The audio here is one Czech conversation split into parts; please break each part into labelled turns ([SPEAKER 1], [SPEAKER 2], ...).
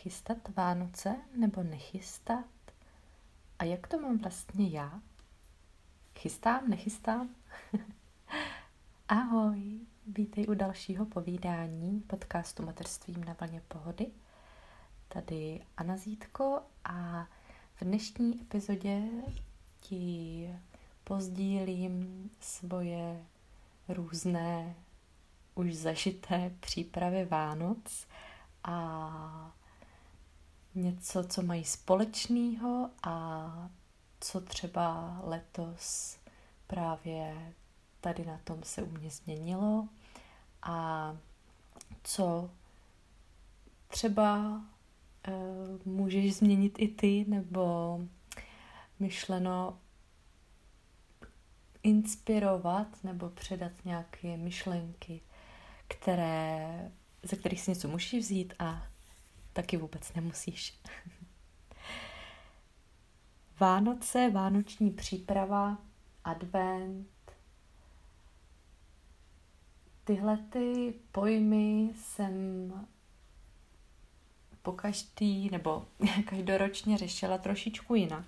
[SPEAKER 1] chystat Vánoce nebo nechystat? A jak to mám vlastně já? Chystám, nechystám? Ahoj, vítej u dalšího povídání podcastu Mateřstvím na vlně pohody. Tady Anna Zítko a v dnešní epizodě ti pozdílím svoje různé už zažité přípravy Vánoc a něco, co mají společného a co třeba letos právě tady na tom se u mě změnilo a co třeba můžeš změnit i ty, nebo myšleno inspirovat nebo předat nějaké myšlenky, ze kterých si něco musíš vzít a taky vůbec nemusíš. Vánoce, vánoční příprava, advent. Tyhle ty pojmy jsem pokaždý nebo každoročně řešila trošičku jinak.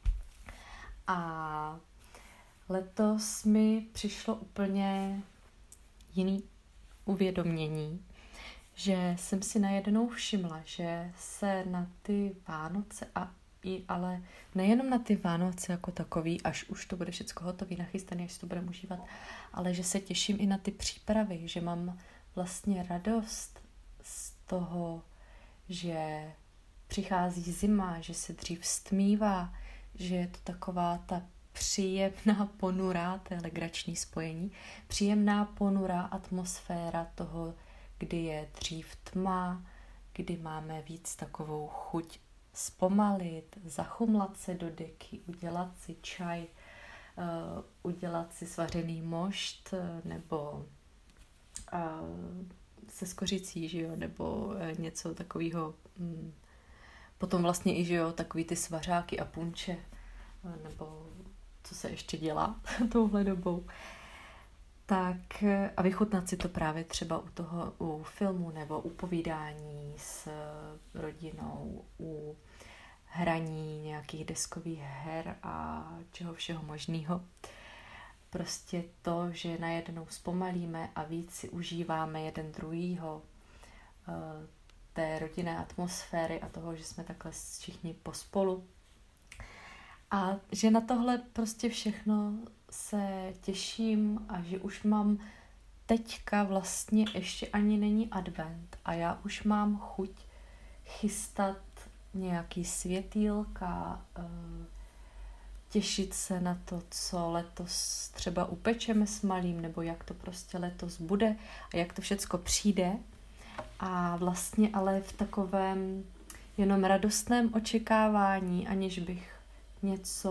[SPEAKER 1] A letos mi přišlo úplně jiný uvědomění, že jsem si najednou všimla, že se na ty Vánoce ale nejenom na ty Vánoce jako takový, až už to bude všechno hotový, nachystaný, až to budeme užívat, ale že se těším i na ty přípravy, že mám vlastně radost z toho, že přichází zima, že se dřív stmívá, že je to taková ta příjemná ponurá, to je legrační spojení, příjemná ponurá atmosféra toho, kdy je dřív tma, kdy máme víc takovou chuť zpomalit, zachumlat se do deky, udělat si čaj, udělat si svařený mošt nebo se skořicí, že jo, nebo něco takového. Potom vlastně i, že jo, takový ty svařáky a punče, nebo co se ještě dělá touhle dobou. Tak a vychutnat si to právě třeba u filmu nebo u povídání s rodinou, u hraní nějakých deskových her a čeho všeho možného. Prostě to, že najednou zpomalíme a víc si užíváme jeden druhýho, té rodinné atmosféry a toho, že jsme takhle všichni pospolu. A že na tohle prostě všechno se těším a že už mám teďka vlastně ještě ani není advent a já už mám chuť chystat nějaký světýlka, těšit se na to, co letos třeba upečeme s malým, nebo jak to prostě letos bude a jak to všecko přijde. A vlastně ale v takovém jenom radostném očekávání, aniž bych něco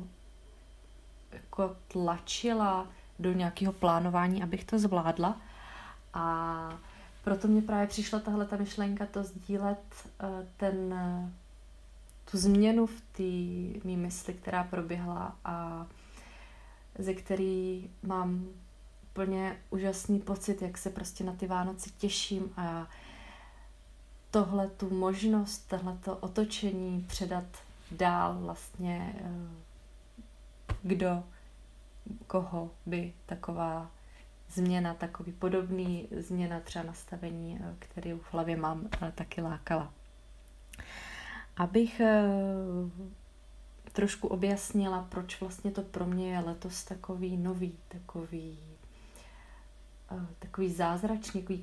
[SPEAKER 1] jako tlačila do nějakého plánování, abych to zvládla. A proto mě právě přišla tahle ta myšlenka to sdílet, tu změnu v té mý mysli, která proběhla a ze který mám úplně úžasný pocit, jak se prostě na ty Vánoce těším a tohle tu možnost, tohleto otočení předat dál vlastně koho by taková změna, takový podobný změna třeba nastavení, který v hlavě mám, taky lákala. Abych trošku objasnila, proč vlastně to pro mě je letos takový nový, takový zázračný, takový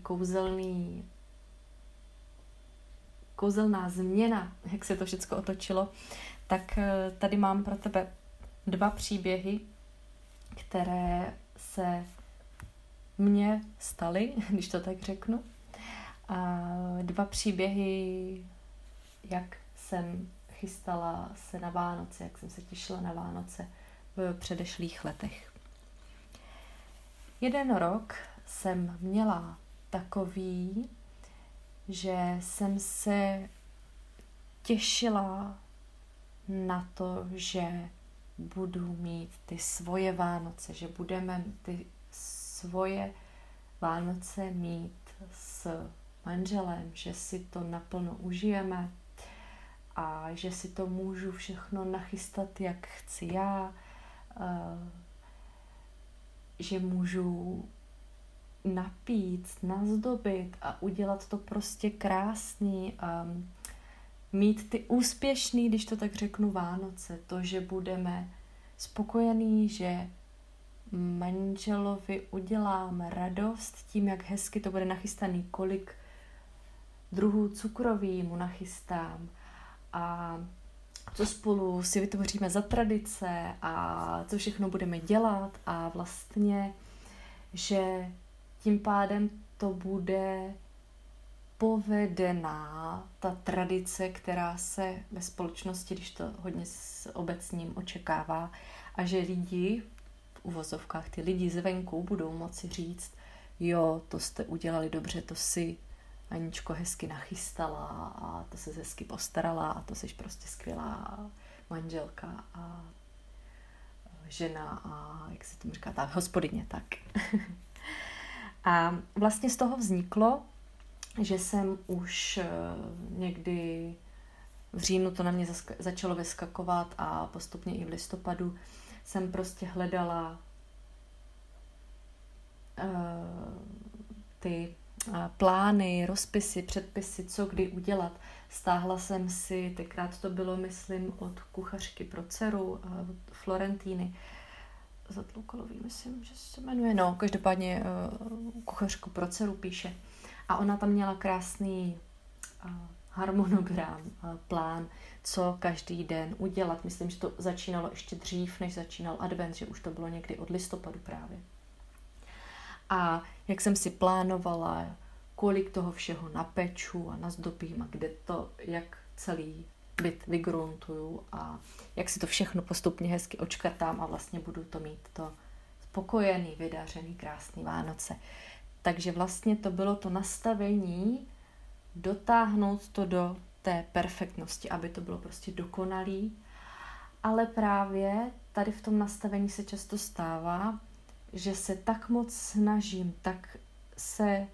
[SPEAKER 1] kouzelná změna, jak se to všechno otočilo, tak tady mám pro tebe 2 příběhy, které se mně staly, když to tak řeknu. A 2 příběhy, jak jsem chystala se na Vánoce, jak jsem se těšila na Vánoce v předešlých letech. Jeden rok jsem měla takový, že jsem se těšila na to, že budu mít ty svoje Vánoce, že budeme ty svoje Vánoce mít s manželem, že si to naplno užijeme a že si to můžu všechno nachystat, jak chci já, že můžu napít, nazdobit a udělat to prostě krásný a mít ty úspěšný, když to tak řeknu, Vánoce. To, že budeme spokojení, že manželovi uděláme radost tím, jak hezky to bude nachystaný, kolik druhů cukroví mu nachystám a co spolu si vytvoříme za tradice a co všechno budeme dělat a vlastně, že tím pádem to bude povedená ta tradice, která se ve společnosti, když to hodně s obecním očekává, a že lidi, v uvozovkách ty lidi zvenku budou moci říct, jo, to jste udělali dobře, to si Aničko hezky nachystala a to se hezky postarala a to jsi prostě skvělá manželka a žena a jak se tomu říká, tak hospodyně, tak. A vlastně z toho vzniklo, že jsem už někdy v říjnu to na mě začalo vyskakovat a postupně i v listopadu jsem prostě hledala ty plány, rozpisy, předpisy, co kdy udělat. Stáhla jsem si, tenkrát to bylo, myslím, od kuchařky pro dceru, Florentíny, Zatloukalový, myslím, že se jmenuje, no, každopádně kuchařku pro dceru píše. A ona tam měla krásný harmonogram, plán, co každý den udělat. Myslím, že to začínalo ještě dřív, než začínal advent, že už to bylo někdy od listopadu právě. A jak jsem si plánovala, kolik toho všeho napeču a nazdobím a kde to, jak celý byt vygruntuju a jak si to všechno postupně hezky očkrtám a vlastně budu to mít to spokojený, vydařený, krásný Vánoce. Takže vlastně to bylo to nastavení, dotáhnout to do té perfektnosti, aby to bylo prostě dokonalý. Ale právě tady v tom nastavení se často stává, že se tak moc snažím, tak se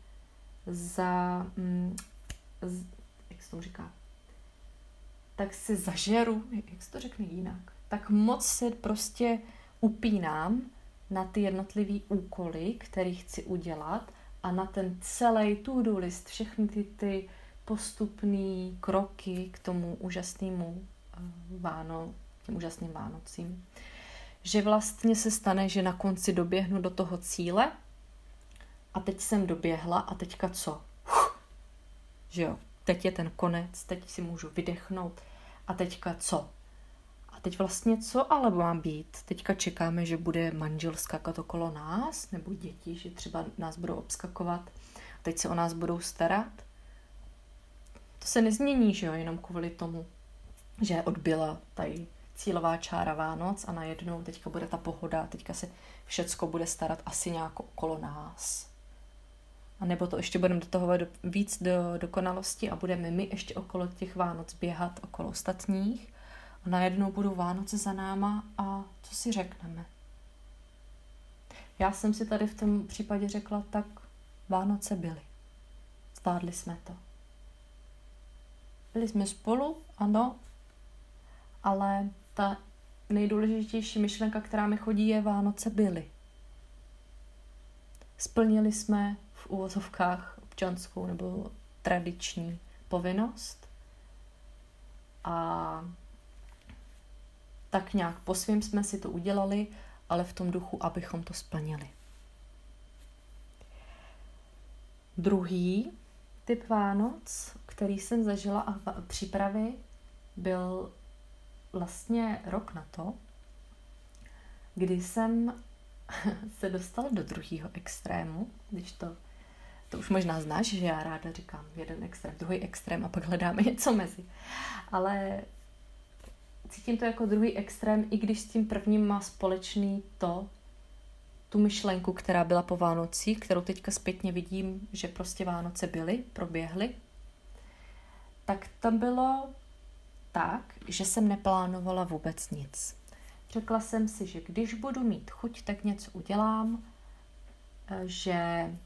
[SPEAKER 1] jak se tomu říká, tak se zažeru, jak se to řekne jinak, tak moc se prostě upínám na ty jednotlivý úkoly, které chci udělat a na ten celý to-do list, všechny ty postupné kroky k tomu úžasnému těm úžasným Vánocím. Že vlastně se stane, že na konci doběhnu do toho cíle a teď jsem doběhla a teďka co? Že jo, teď je ten konec, teď si můžu vydechnout a teďka co? A teď vlastně co ale má být? Teďka čekáme, že bude manžel skakat okolo nás, nebo děti, že třeba nás budou obskakovat a teď se o nás budou starat. To se nezmění, že jo, jenom kvůli tomu, že odbyla tady cílová čára Vánoc a najednou teďka bude ta pohoda, teďka se všecko bude starat asi nějak okolo nás. A nebo to ještě budeme dotahovat víc do dokonalosti a budeme my ještě okolo těch Vánoc běhat, okolo ostatních a najednou budou Vánoce za náma a co si řekneme? Já jsem si tady v tom případě řekla, tak Vánoce byly. Zvládli jsme to. Byli jsme spolu, ano, ale ta nejdůležitější myšlenka, která mi chodí, je Vánoce byly. Splnili jsme v uvozovkách občanskou nebo tradiční povinnost a tak nějak po svým jsme si to udělali, ale v tom duchu, abychom to splnili. Druhý typ Vánoc, který jsem zažila a přípravy, byl vlastně rok na to, kdy jsem se dostala do druhého extrému, když to už možná znáš, že já ráda říkám jeden extrém, druhý extrém a pak hledáme něco mezi. Ale cítím to jako druhý extrém, i když s tím prvním má společný tu myšlenku, která byla po Vánocích, kterou teďka zpětně vidím, že prostě Vánoce proběhly, tak to bylo tak, že jsem neplánovala vůbec nic. Řekla jsem si, že když budu mít chuť, tak něco udělám, že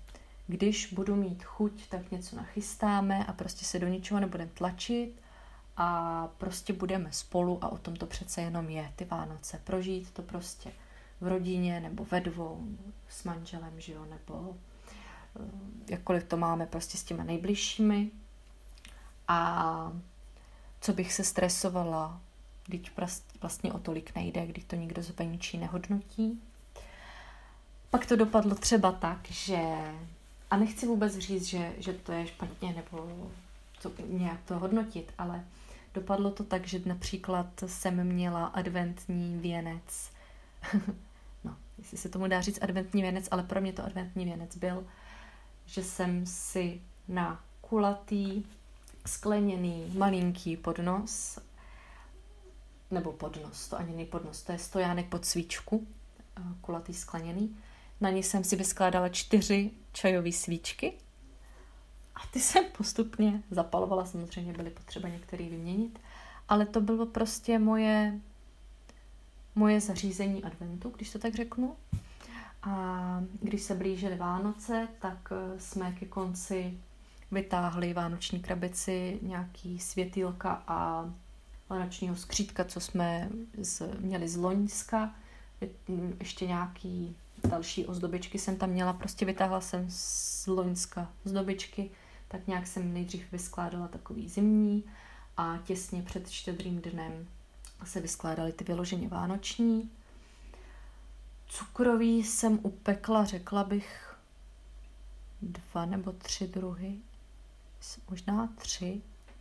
[SPEAKER 1] když budu mít chuť, tak něco nachystáme a prostě se do ničeho nebudeme tlačit a prostě budeme spolu a o tom to přece jenom je, ty Vánoce. Prožít to prostě v rodině nebo ve dvou s manželem, že jo, nebo jakkoliv to máme prostě s těma nejbližšími. A co bych se stresovala, když vlastně o tolik nejde, když to nikdo zvenčí nehodnotí. Pak to dopadlo třeba tak, že, a nechci vůbec říct, že to je špatně nebo to, nějak to hodnotit, ale dopadlo to tak, že například jsem měla adventní věnec. No, jestli se tomu dá říct adventní věnec, ale pro mě to adventní věnec byl, že jsem si na kulatý, skleněný, malinký podnos, nebo podnos, to ani není podnos, to je stojánek pod svíčku, kulatý, skleněný. Na ní jsem si vyskládala 4 čajové svíčky a ty jsem postupně zapalovala, samozřejmě byly potřeba některé vyměnit, ale to bylo prostě moje zařízení adventu, když to tak řeknu. A když se blížily Vánoce, tak jsme ke konci vytáhli vánoční krabici, nějaký světýlka a vánočního skřítka, co jsme měli z loňska. Ještě nějaký další ozdobičky jsem tam měla, prostě vytáhla jsem z loňska ozdobičky, tak nějak jsem nejdřív vyskládala takový zimní a těsně před Štědrým dnem se vyskládaly ty vyloženě vánoční. Cukroví jsem upekla, řekla bych, 2 nebo 3 druhy, možná 3.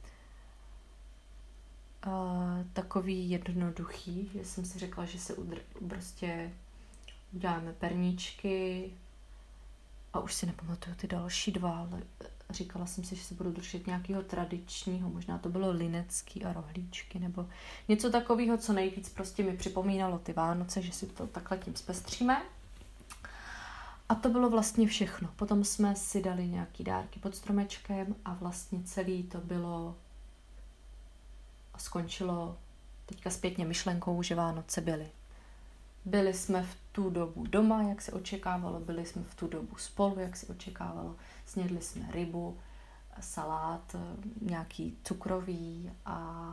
[SPEAKER 1] Takový jednoduchý, že jsem si řekla, že se prostě uděláme perníčky a už si nepamatuju ty další 2, ale říkala jsem si, že se budu držet nějakého tradičního, možná to bylo linecký a rohlíčky nebo něco takového, co nejvíc prostě mi připomínalo ty Vánoce, že si to takhle tím zpestříme. A to bylo vlastně všechno. Potom jsme si dali nějaký dárky pod stromečkem a vlastně celý to bylo a skončilo teďka zpětně myšlenkou, že Vánoce byly. Byli jsme v tu dobu doma, jak se očekávalo, byli jsme v tu dobu spolu, jak se očekávalo, snědli jsme rybu, salát, nějaký cukrový a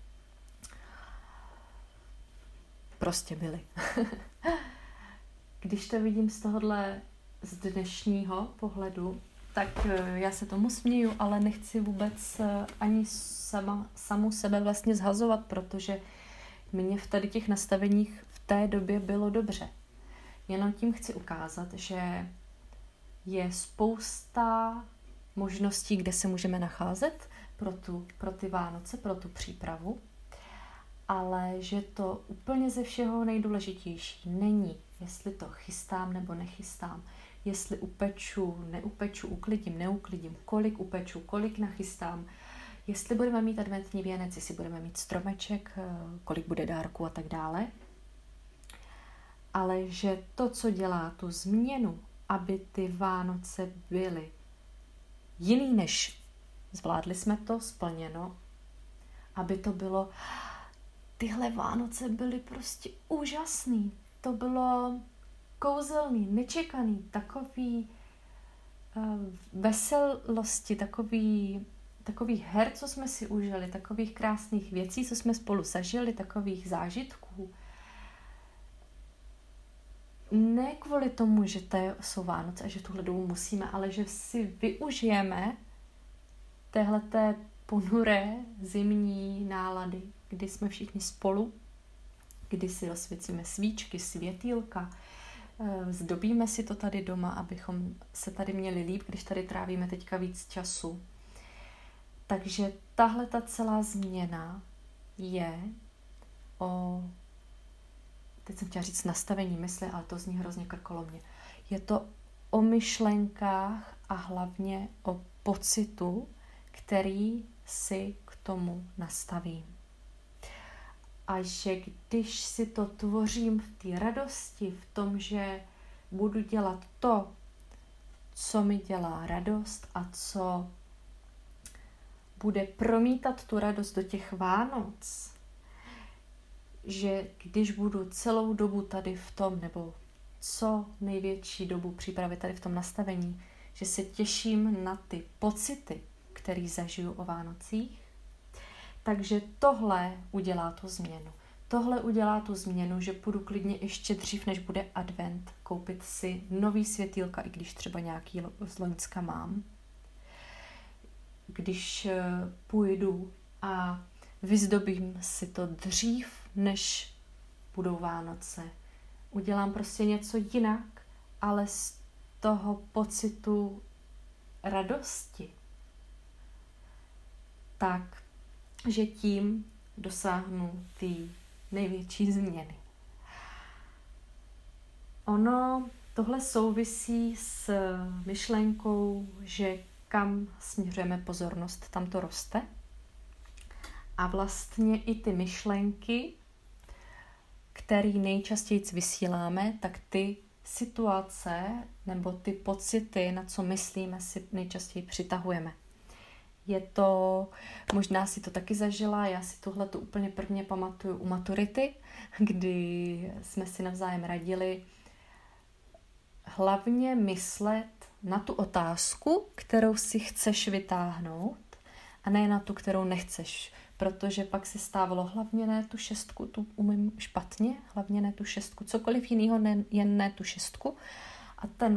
[SPEAKER 1] prostě byli. Když to vidím z tohohle z dnešního pohledu, tak já se tomu směju, ale nechci vůbec ani samu sebe vlastně zhazovat, protože mě v tady těch nastaveních v té době bylo dobře. Jenom tím chci ukázat, že je spousta možností, kde se můžeme nacházet pro ty Vánoce, pro tu přípravu, ale že to úplně ze všeho nejdůležitější není, jestli to chystám nebo nechystám, jestli upeču, neupeču, uklidím, neuklidím, kolik upeču, kolik nachystám, jestli budeme mít adventní věnec, jestli budeme mít stromeček, kolik bude dárků a tak dále. Ale že to, co dělá tu změnu, aby ty Vánoce byly jiný než zvládli jsme to, splněno, aby to bylo, tyhle Vánoce byly prostě úžasný. To bylo kouzelný, nečekaný, takový veselosti, takový her, co jsme si užili, takových krásných věcí, co jsme spolu zažili, takových zážitků. Ne kvůli tomu, že to jsou Vánoce a že tuhle dobu musíme, ale že si využijeme téhleté ponuré zimní nálady, kdy jsme všichni spolu, kdy si rozsvěcíme svíčky, světýlka, zdobíme si to tady doma, abychom se tady měli líp, když tady trávíme teďka víc času. Takže tahle ta celá změna je teď jsem chtěla říct nastavení mysli, ale to zní hrozně krkolomně. Je to o myšlenkách a hlavně o pocitu, který si k tomu nastavím. A že když si to tvořím v té radosti, v tom, že budu dělat to, co mi dělá radost a co bude promítat tu radost do těch Vánoc, že když budu celou dobu tady v tom, nebo co největší dobu přípravy tady v tom nastavení, že se těším na ty pocity, které zažiju o Vánocích. Takže tohle udělá tu změnu. Tohle udělá tu změnu, že půjdu klidně ještě dřív, než bude advent, koupit si nový světýlka, i když třeba nějaký z loňska mám. Když půjdu a vyzdobím si to dřív, než budou Vánoce. Udělám prostě něco jinak, ale z toho pocitu radosti. Tak, že tím dosáhnu ty největší změny. Tohle souvisí s myšlenkou, že kam směřujeme pozornost, tam to roste. A vlastně i ty myšlenky, které nejčastěji vysíláme, tak ty situace nebo ty pocity, na co myslíme, si nejčastěji přitahujeme. Možná si to taky zažila, já si tohle tu úplně prvně pamatuju u maturity, kdy jsme si navzájem radili hlavně myslet na tu otázku, kterou si chceš vytáhnout a ne na tu, kterou nechceš. Protože pak se stávalo hlavně ne tu 6, tu umím špatně, hlavně ne tu 6, cokoliv jiného, jen ne tu 6. A ten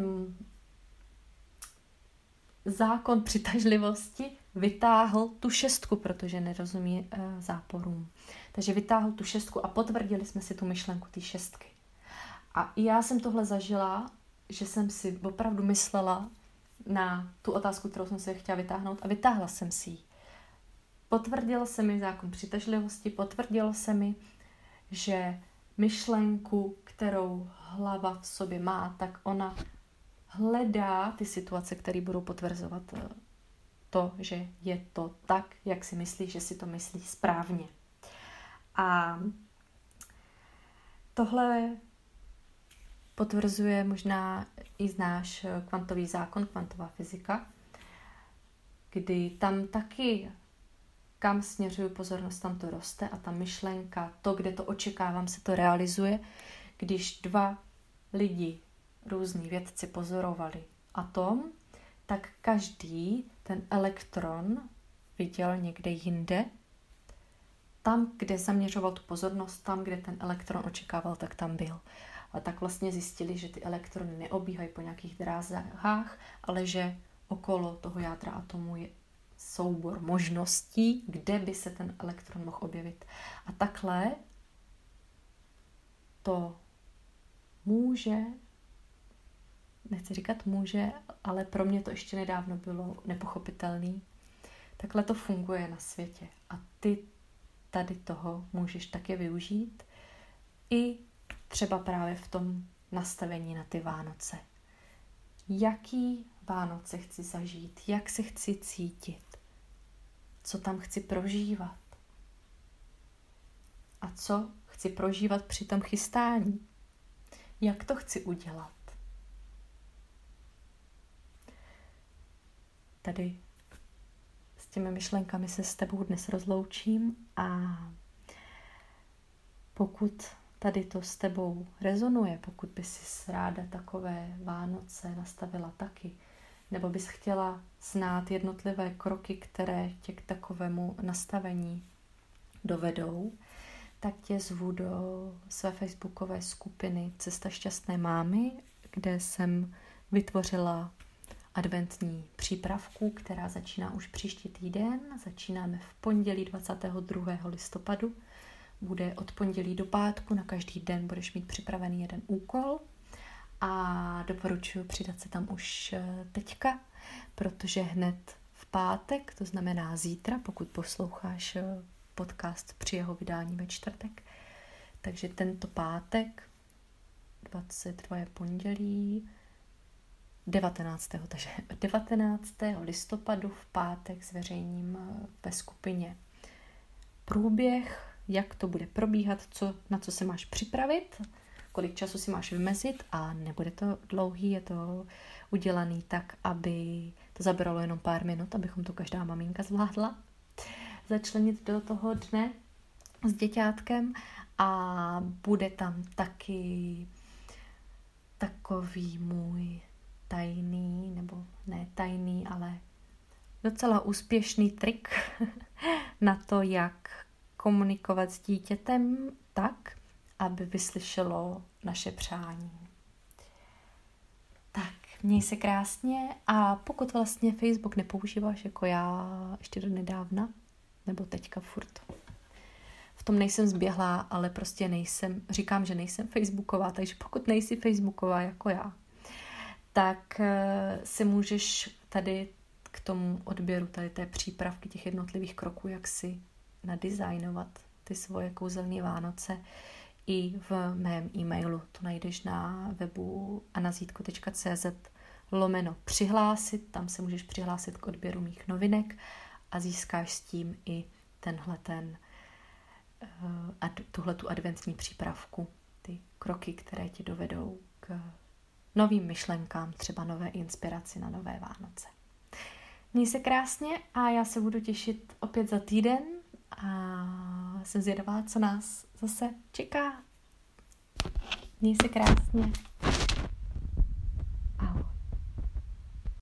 [SPEAKER 1] zákon přitažlivosti vytáhl tu 6, protože nerozumí záporům. Takže vytáhl tu 6 a potvrdili jsme si tu myšlenku té 6. A i já jsem tohle zažila, že jsem si opravdu myslela na tu otázku, kterou jsem si chtěla vytáhnout a vytáhla jsem si ji. Potvrdil se mi zákon přitažlivosti, potvrdilo se mi, že myšlenku, kterou hlava v sobě má, tak ona hledá ty situace, které budou potvrzovat to, že je to tak, jak si myslí, že si to myslí správně. A tohle potvrzuje možná i znáš kvantový zákon, kvantová fyzika, kdy tam taky kam směřuju pozornost, tam to roste a ta myšlenka, to, kde to očekávám, se to realizuje, když 2 lidi, různí vědci pozorovali atom, tak každý ten elektron viděl někde jinde. Tam, kde zaměřoval tu pozornost, tam, kde ten elektron očekával, tak tam byl. A tak vlastně zjistili, že ty elektrony neobíhají po nějakých drázách, ale že okolo toho jádra atomu je soubor možností, kde by se ten elektron mohl objevit. A takhle to nechci říkat může, ale pro mě to ještě nedávno bylo nepochopitelný. Takhle to funguje na světě. A ty tady toho můžeš taky využít i třeba právě v tom nastavení na ty Vánoce. Jaký Vánoce chci zažít, jak se chci cítit, co tam chci prožívat a co chci prožívat při tom chystání. Jak to chci udělat. Tady s těmi myšlenkami se s tebou dnes rozloučím a pokud tady to s tebou rezonuje, pokud bys si ráda takové Vánoce nastavila taky, nebo bys chtěla znát jednotlivé kroky, které tě k takovému nastavení dovedou, tak tě zvu do své facebookové skupiny Cesta šťastné mámy, kde jsem vytvořila adventní přípravku, která začíná už příští týden. Začínáme v pondělí 22. listopadu. Bude od pondělí do pátku, na každý den budeš mít připravený jeden úkol a doporučuji přidat se tam už teďka, protože hned v pátek, to znamená zítra, pokud posloucháš podcast při jeho vydání ve čtvrtek, takže tento pátek, 22. pondělí, 19. takže 19. listopadu v pátek zveřejním ve skupině průběh, jak to bude probíhat, na co se máš připravit, kolik času si máš vymezit a nebude to dlouhý, je to udělaný tak, aby to zabralo jenom pár minut, abychom to každá maminka zvládla začlenit do toho dne s děťátkem a bude tam taky takový můj tajný, nebo ne tajný, ale docela úspěšný trik na to, jak komunikovat s dítětem tak, aby vyslyšelo naše přání. Tak, měj se krásně a pokud vlastně Facebook nepoužíváš jako já ještě do nedávna, nebo teďka furt, v tom nejsem zběhlá, ale prostě říkám, že nejsem facebooková, takže pokud nejsi facebooková jako já, tak si můžeš tady k tomu odběru tady té přípravky těch jednotlivých kroků, jak si nadizajnovat ty svoje kouzelné Vánoce i v mém e-mailu. To najdeš na webu anazitko.cz/přihlásit, tam se můžeš přihlásit k odběru mých novinek a získáš s tím i tuhletu adventní přípravku, ty kroky, které ti dovedou k novým myšlenkám, třeba nové inspiraci na nové Vánoce. Měj se krásně a já se budu těšit opět za týden a jsem zvědavá, co nás zase čeká. Měj se krásně.